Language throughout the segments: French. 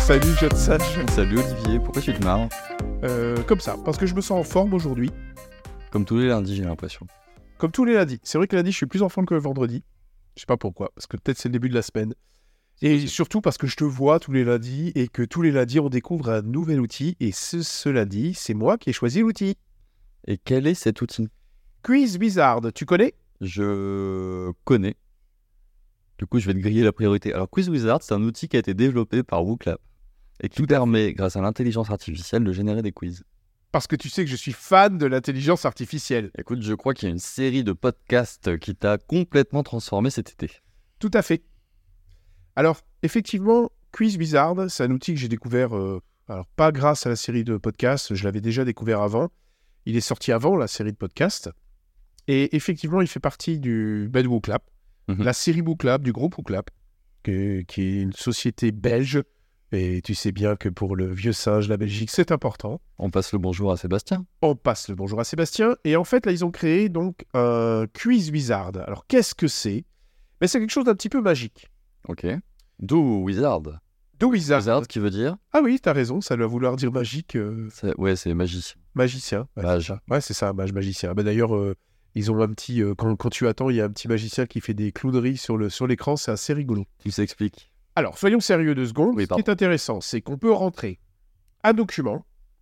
Salut Johnson. Salut Olivier, pourquoi tu te marres? Comme ça, parce que je me sens en forme aujourd'hui. Comme tous les lundis, j'ai l'impression. Comme tous les lundis. C'est vrai que lundi, je suis plus en forme que le vendredi. Je sais pas pourquoi, parce que peut-être c'est le début de la semaine. Et surtout parce que je te vois tous les lundis et que tous les lundis, on découvre un nouvel outil. Et ce lundi, c'est moi qui ai choisi l'outil. Et quel est cet outil? Quiz Wizard, tu connais? Je connais. Du coup, je vais te griller la priorité. Alors, Quiz Wizard, c'est un outil qui a été développé par WooClap et qui permet, grâce à l'intelligence artificielle, de générer des quiz. Parce que tu sais que je suis fan de l'intelligence artificielle. Écoute, je crois qu'il y a une série de podcasts qui t'a complètement transformé cet été. Tout à fait. Alors, effectivement, Quiz Wizard, c'est un outil que j'ai découvert, alors pas grâce à la série de podcasts, je l'avais déjà découvert avant. Il est sorti avant la série de podcasts. Et effectivement, il fait partie de WooClap, la série WooClap, du groupe WooClap, qui est une société belge. Et tu sais bien que pour le vieux singe, la Belgique, c'est important. On passe le bonjour à Sébastien. On passe le bonjour à Sébastien. Et en fait, là, ils ont créé donc un Quiz Wizard. Alors, qu'est-ce que c'est? Mais c'est quelque chose d'un petit peu magique. Ok. Do Wizard. Do Wizard. Wizard qui veut dire? Ah oui, t'as raison, ça doit vouloir dire magique. Ouais, c'est magie. Magicien. Ouais, Mage. c'est ça, mage, magicien. Bah, d'ailleurs, ils ont un petit... quand tu attends, il y a un petit magicien qui fait des clowneries sur l'écran, c'est assez rigolo. Tu s'expliques. Alors, soyons sérieux 2 secondes. Oui, Ce qui est intéressant, c'est qu'on peut rentrer un document,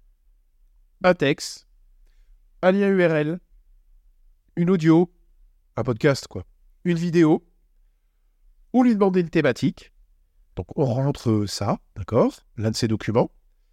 un texte, un lien URL, une audio, un podcast, quoi, une vidéo, ou lui demander une thématique. Donc, on rentre ça, d'accord, l'un de ces documents.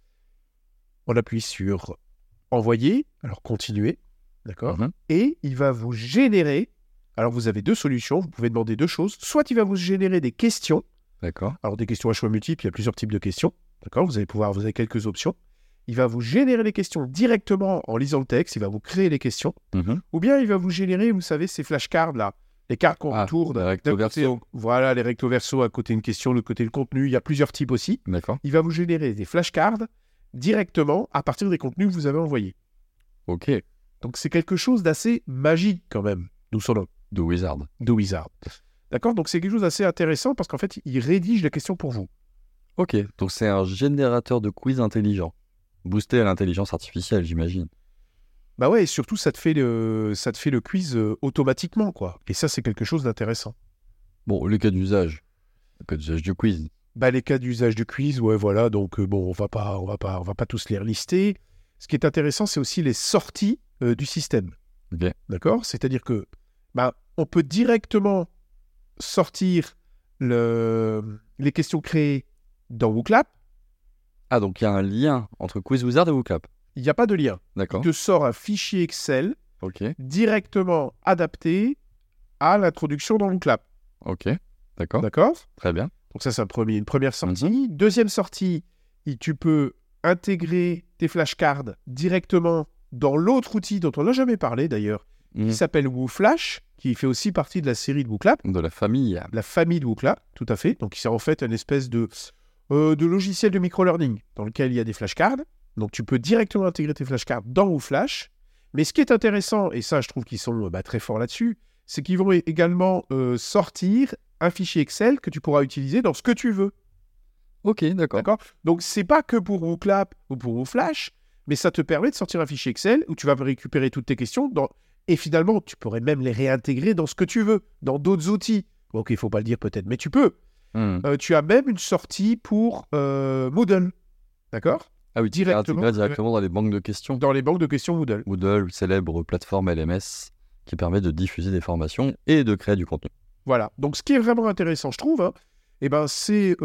On appuie sur envoyer, alors continuer, d'accord, et il va vous générer. Alors, vous avez 2 solutions, vous pouvez demander 2 choses. Soit il va vous générer des questions. D'accord. Alors, des questions à choix multiples, il y a plusieurs types de questions. D'accord, vous avez quelques options. Il va vous générer les questions directement en lisant le texte. Il va vous créer les questions. Ou bien il va vous générer, vous savez, ces flashcards là. Les cartes qu'on tourne. Recto verso. Voilà, les recto verso, à côté une question, de l'autre côté le contenu. Il y a plusieurs types aussi. D'accord. Il va vous générer des flashcards directement à partir des contenus que vous avez envoyés. Ok. Donc, c'est quelque chose d'assez magique quand même. D'où son nom. Do Wizard. Do Wizard. D'accord, donc c'est quelque chose d'assez intéressant parce qu'en fait, il rédige la question pour vous. Ok, donc c'est un générateur de quiz intelligent, boosté à l'intelligence artificielle, j'imagine. Bah ouais, et surtout, ça te fait le quiz automatiquement, quoi. Et ça, c'est quelque chose d'intéressant. Bon, les cas d'usage du quiz. Bah, les cas d'usage du quiz, ouais, voilà, donc bon, on va pas tous les relister. Ce qui est intéressant, c'est aussi les sorties du système. Ok. D'accord? C'est-à-dire que, bah, on peut directement sortir les questions créées dans WooClap. Ah, donc il y a un lien entre Quiz Wizard et WooClap. Il n'y a pas de lien. D'accord. Il te sort un fichier Excel Ok. directement adapté à l'introduction dans WooClap. Ok. D'accord. D'accord? Très bien. Donc ça, c'est une première sortie. Deuxième sortie, tu peux intégrer tes flashcards directement dans l'autre outil dont on n'a jamais parlé d'ailleurs, qui s'appelle WooFlash, qui fait aussi partie de la série de WooClap. De la famille. La famille de WooClap, tout à fait. Donc c'est en fait une espèce de logiciel de micro-learning dans lequel il y a des flashcards. Donc tu peux directement intégrer tes flashcards dans WooFlash. Mais ce qui est intéressant, et ça je trouve qu'ils sont très forts là-dessus, c'est qu'ils vont également sortir un fichier Excel que tu pourras utiliser dans ce que tu veux. Ok, d'accord. Donc c'est pas que pour WooClap ou pour WooFlash, mais ça te permet de sortir un fichier Excel où tu vas récupérer toutes tes questions et finalement tu pourrais même les réintégrer dans ce que tu veux, dans d'autres outils. Ok, il faut pas le dire peut-être, mais tu peux. Tu as même une sortie pour Moodle. D'accord? Ah oui, directement dans les banques de questions. Dans les banques de questions Moodle. Moodle, célèbre plateforme LMS qui permet de diffuser des formations et de créer du contenu. Voilà. Donc, ce qui est vraiment intéressant, je trouve, c'est...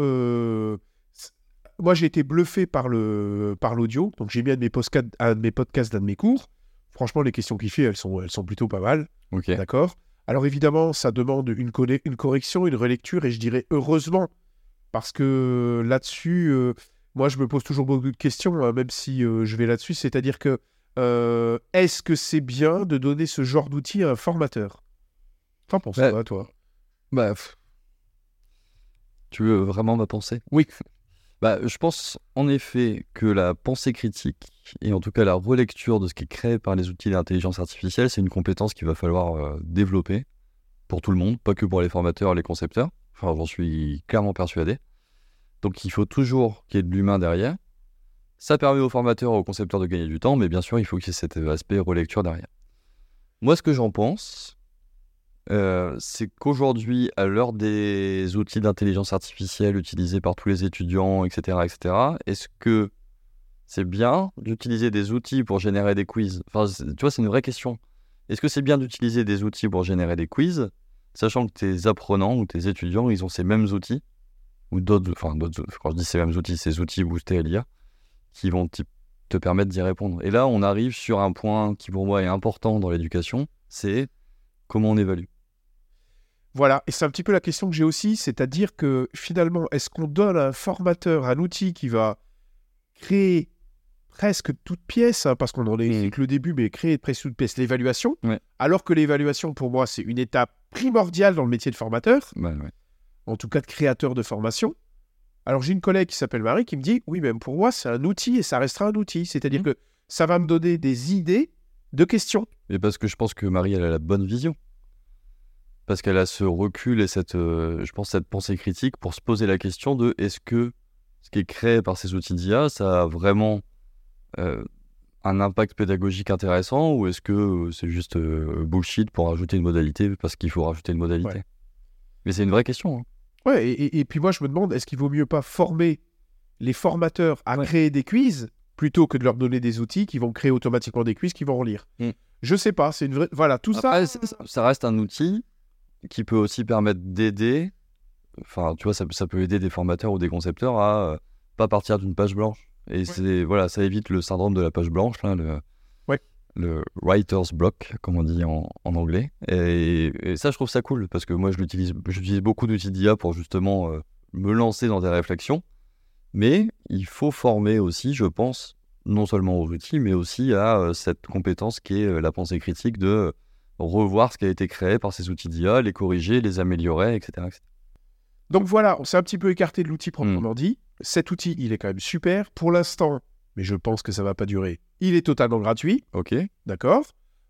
Moi, j'ai été bluffé par l'audio. Donc, j'ai mis un de mes podcasts d'un de mes cours. Franchement, les questions qu'il fait, elles sont plutôt pas mal. Ok. D'accord? Alors, évidemment, ça demande une correction, une relecture, et je dirais heureusement. Parce que là-dessus... moi, je me pose toujours beaucoup de questions, même si je vais là-dessus. C'est-à-dire que est-ce que c'est bien de donner ce genre d'outil à un formateur? T'en penses quoi, toi? Tu veux vraiment ma pensée? Oui. Je pense en effet que la pensée critique, et en tout cas la relecture de ce qui est créé par les outils d'intelligence artificielle, c'est une compétence qu'il va falloir développer pour tout le monde, pas que pour les formateurs et les concepteurs. Enfin, j'en suis clairement persuadé. Donc il faut toujours qu'il y ait de l'humain derrière. Ça permet aux formateurs, aux concepteurs de gagner du temps, mais bien sûr, il faut qu'il y ait cet aspect relecture derrière. Moi, ce que j'en pense, c'est qu'aujourd'hui, à l'heure des outils d'intelligence artificielle utilisés par tous les étudiants, etc., est-ce que c'est bien d'utiliser des outils pour générer des quiz ? Enfin, tu vois, c'est une vraie question. Est-ce que c'est bien d'utiliser des outils pour générer des quiz, sachant que tes apprenants ou tes étudiants, ils ont ces mêmes outils, ou d'autres, quand je dis ces mêmes outils, ces outils boostés à l'IA, qui vont te permettre d'y répondre. Et là, on arrive sur un point qui, pour moi, est important dans l'éducation, c'est comment on évalue. Voilà, et c'est un petit peu la question que j'ai aussi, c'est-à-dire que finalement, est-ce qu'on donne à un formateur un outil qui va créer presque toute pièce, hein, parce qu'on en est que le début, mais créer presque toute pièce l'évaluation, alors que l'évaluation, pour moi, c'est une étape primordiale dans le métier de formateur, en tout cas de créateur de formation. Alors j'ai une collègue qui s'appelle Marie qui me dit « Oui, même pour moi, c'est un outil et ça restera un outil. » C'est-à-dire que ça va me donner des idées de questions. Mais parce que je pense que Marie, elle a la bonne vision. Parce qu'elle a ce recul et cette pensée critique pour se poser la question de est-ce que ce qui est créé par ces outils d'IA, ça a vraiment un impact pédagogique intéressant ou est-ce que c'est juste bullshit pour rajouter une modalité parce qu'il faut rajouter une modalité. Mais c'est une vraie question. Hein. Ouais, et puis moi je me demande, est-ce qu'il vaut mieux pas former les formateurs à créer des quiz plutôt que de leur donner des outils qui vont créer automatiquement des quiz qu'ils vont relire. Je sais pas, c'est une vraie... Voilà, tout après, ça... Ça reste un outil qui peut aussi permettre d'aider, enfin tu vois, ça peut aider des formateurs ou des concepteurs à pas partir d'une page blanche. Et ça évite le syndrome de la page blanche, là, le writer's block, comme on dit en anglais. Et ça, je trouve ça cool, parce que moi, j'utilise beaucoup d'outils d'IA pour justement me lancer dans des réflexions. Mais il faut former aussi, je pense, non seulement aux outils, mais aussi à cette compétence qui est la pensée critique de revoir ce qui a été créé par ces outils d'IA, les corriger, les améliorer, etc. Donc voilà, on s'est un petit peu écarté de l'outil proprement dit. Cet outil, il est quand même super. Pour l'instant, mais je pense que ça ne va pas durer, il est totalement gratuit. Ok. D'accord.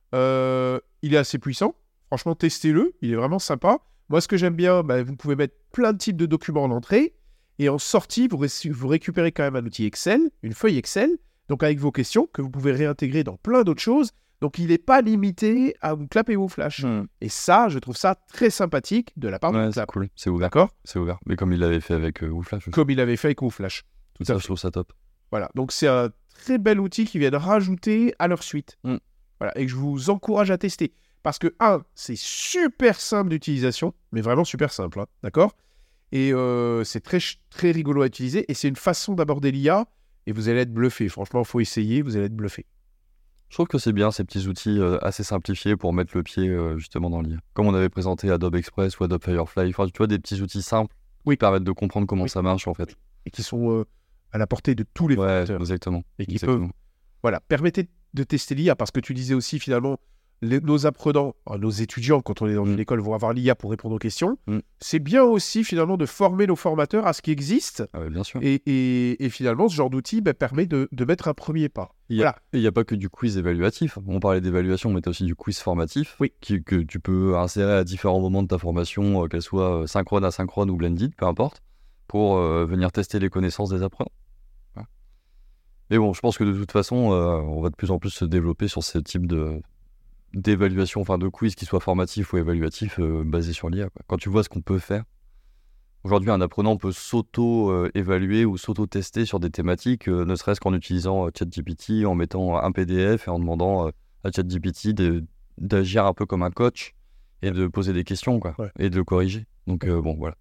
Il est assez puissant. Franchement, testez-le. Il est vraiment sympa. Moi, ce que j'aime bien, vous pouvez mettre plein de types de documents en entrée. Et en sortie, vous récupérez quand même un outil Excel, une feuille Excel, donc avec vos questions, que vous pouvez réintégrer dans plein d'autres choses. Donc, il n'est pas limité à WooClap et WooFlash. Et ça, je trouve ça très sympathique de la part de WooClap. C'est cool, c'est ouvert. D'accord ? C'est ouvert. Mais comme il l'avait fait avec WooFlash. Comme il l'avait fait avec WooFlash. Tout ça, je trouve ça top. Voilà, donc c'est un très bel outil qu'ils viennent rajouter à leur suite. Voilà, et que je vous encourage à tester. Parce que, c'est super simple d'utilisation, mais vraiment super simple, hein, d'accord ? Et c'est très, très rigolo à utiliser, et c'est une façon d'aborder l'IA, et vous allez être bluffé. Franchement, il faut essayer, vous allez être bluffé. Je trouve que c'est bien ces petits outils assez simplifiés pour mettre le pied justement dans l'IA. Comme on avait présenté Adobe Express ou Adobe Firefly, enfin, tu vois, des petits outils simples qui permettent de comprendre comment ça marche en fait. Et qui sont à la portée de tous les formateurs. Exactement. Et qui peuvent... Voilà, permettez de tester l'IA, parce que tu disais aussi finalement, nos apprenants, nos étudiants, quand on est dans une école, vont avoir l'IA pour répondre aux questions. C'est bien aussi finalement de former nos formateurs à ce qui existe. Bien sûr. Et finalement, ce genre d'outil permet de mettre un premier pas. Il n'y a pas que du quiz évaluatif. On parlait d'évaluation, mais tu as aussi du quiz formatif que tu peux insérer à différents moments de ta formation, qu'elle soit synchrone, asynchrone ou blended, peu importe, pour venir tester les connaissances des apprenants. Ouais. Mais bon, je pense que de toute façon, on va de plus en plus se développer sur ce type d'évaluation, enfin de quiz qui soit formatif ou évaluatif, basé sur l'IA. Quand tu vois ce qu'on peut faire, aujourd'hui un apprenant peut s'auto-évaluer ou s'auto-tester sur des thématiques, ne serait-ce qu'en utilisant ChatGPT, en mettant un PDF et en demandant à ChatGPT d'agir un peu comme un coach et de poser des questions et de le corriger. Donc bon, voilà,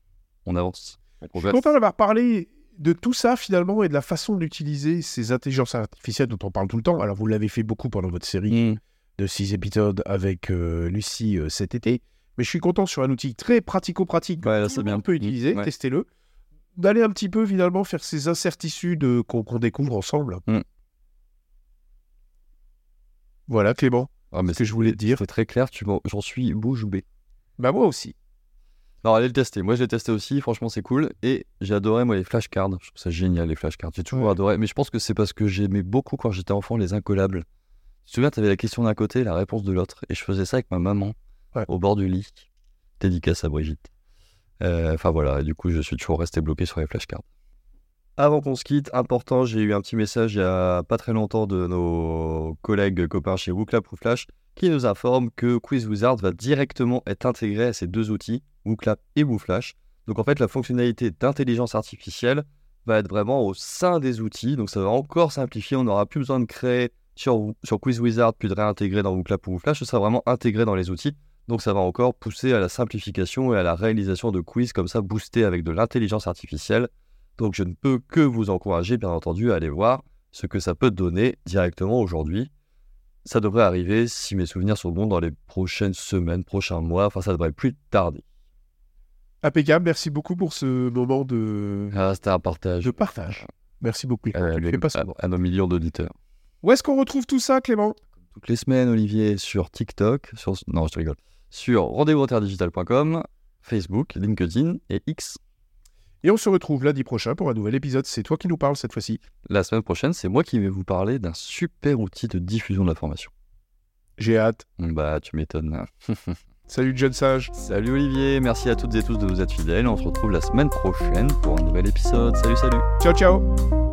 on avance. Je suis content d'avoir parlé de tout ça finalement et de la façon d'utiliser ces intelligences artificielles dont on parle tout le temps. Alors vous l'avez fait beaucoup pendant votre série de 6 épisodes avec Lucie cet été. Mais je suis content sur un outil très pratico-pratique que tout le monde peut utiliser, testez-le, d'aller un petit peu finalement faire ces incertitudes qu'on découvre ensemble. Voilà Clément, ce que je voulais te dire. C'est très clair, j'en suis bouche bée. Moi aussi. Alors allez le tester, moi je l'ai testé aussi, franchement c'est cool. Et j'ai adoré moi les flashcards, je trouve ça génial les flashcards, j'ai toujours adoré. Mais je pense que c'est parce que j'aimais beaucoup quand j'étais enfant les incollables. Tu te souviens, t'avais la question d'un côté, la réponse de l'autre. Et je faisais ça avec ma maman. Au bord du lit. Dédicace à Brigitte. Enfin voilà, du coup, je suis toujours resté bloqué sur les flashcards. Avant qu'on se quitte, important, j'ai eu un petit message il y a pas très longtemps de nos collègues copains chez WooClap ou Flash qui nous informent que QuizWizard va directement être intégré à ces deux outils, WooClap et WooFlash. Donc en fait, la fonctionnalité d'intelligence artificielle va être vraiment au sein des outils, donc ça va encore simplifier, on n'aura plus besoin de créer sur QuizWizard puis de réintégrer dans WooClap ou WooFlash, ce sera vraiment intégré dans les outils. Donc ça va encore pousser à la simplification et à la réalisation de quiz comme ça, boostés avec de l'intelligence artificielle. Donc je ne peux que vous encourager, bien entendu, à aller voir ce que ça peut donner directement aujourd'hui. Ça devrait arriver, si mes souvenirs sont bons, dans les prochaines semaines, prochains mois. Enfin, ça devrait plus tarder. Impeccable, merci beaucoup pour ce moment de... C'était un partage. De partage. Merci beaucoup. À nos millions d'auditeurs. Où est-ce qu'on retrouve tout ça, Clément ? Toutes les semaines, Olivier, sur TikTok, non, je te rigole. Sur rendez-vous-digital.com, Facebook, LinkedIn et X. Et on se retrouve lundi prochain pour un nouvel épisode. C'est toi qui nous parles cette fois-ci. La semaine prochaine, c'est moi qui vais vous parler d'un super outil de diffusion de l'information. J'ai hâte. Bah, tu m'étonnes. Salut John Sage. Salut Olivier, merci à toutes et tous de vous être fidèles. On se retrouve la semaine prochaine pour un nouvel épisode. Salut. Ciao, ciao.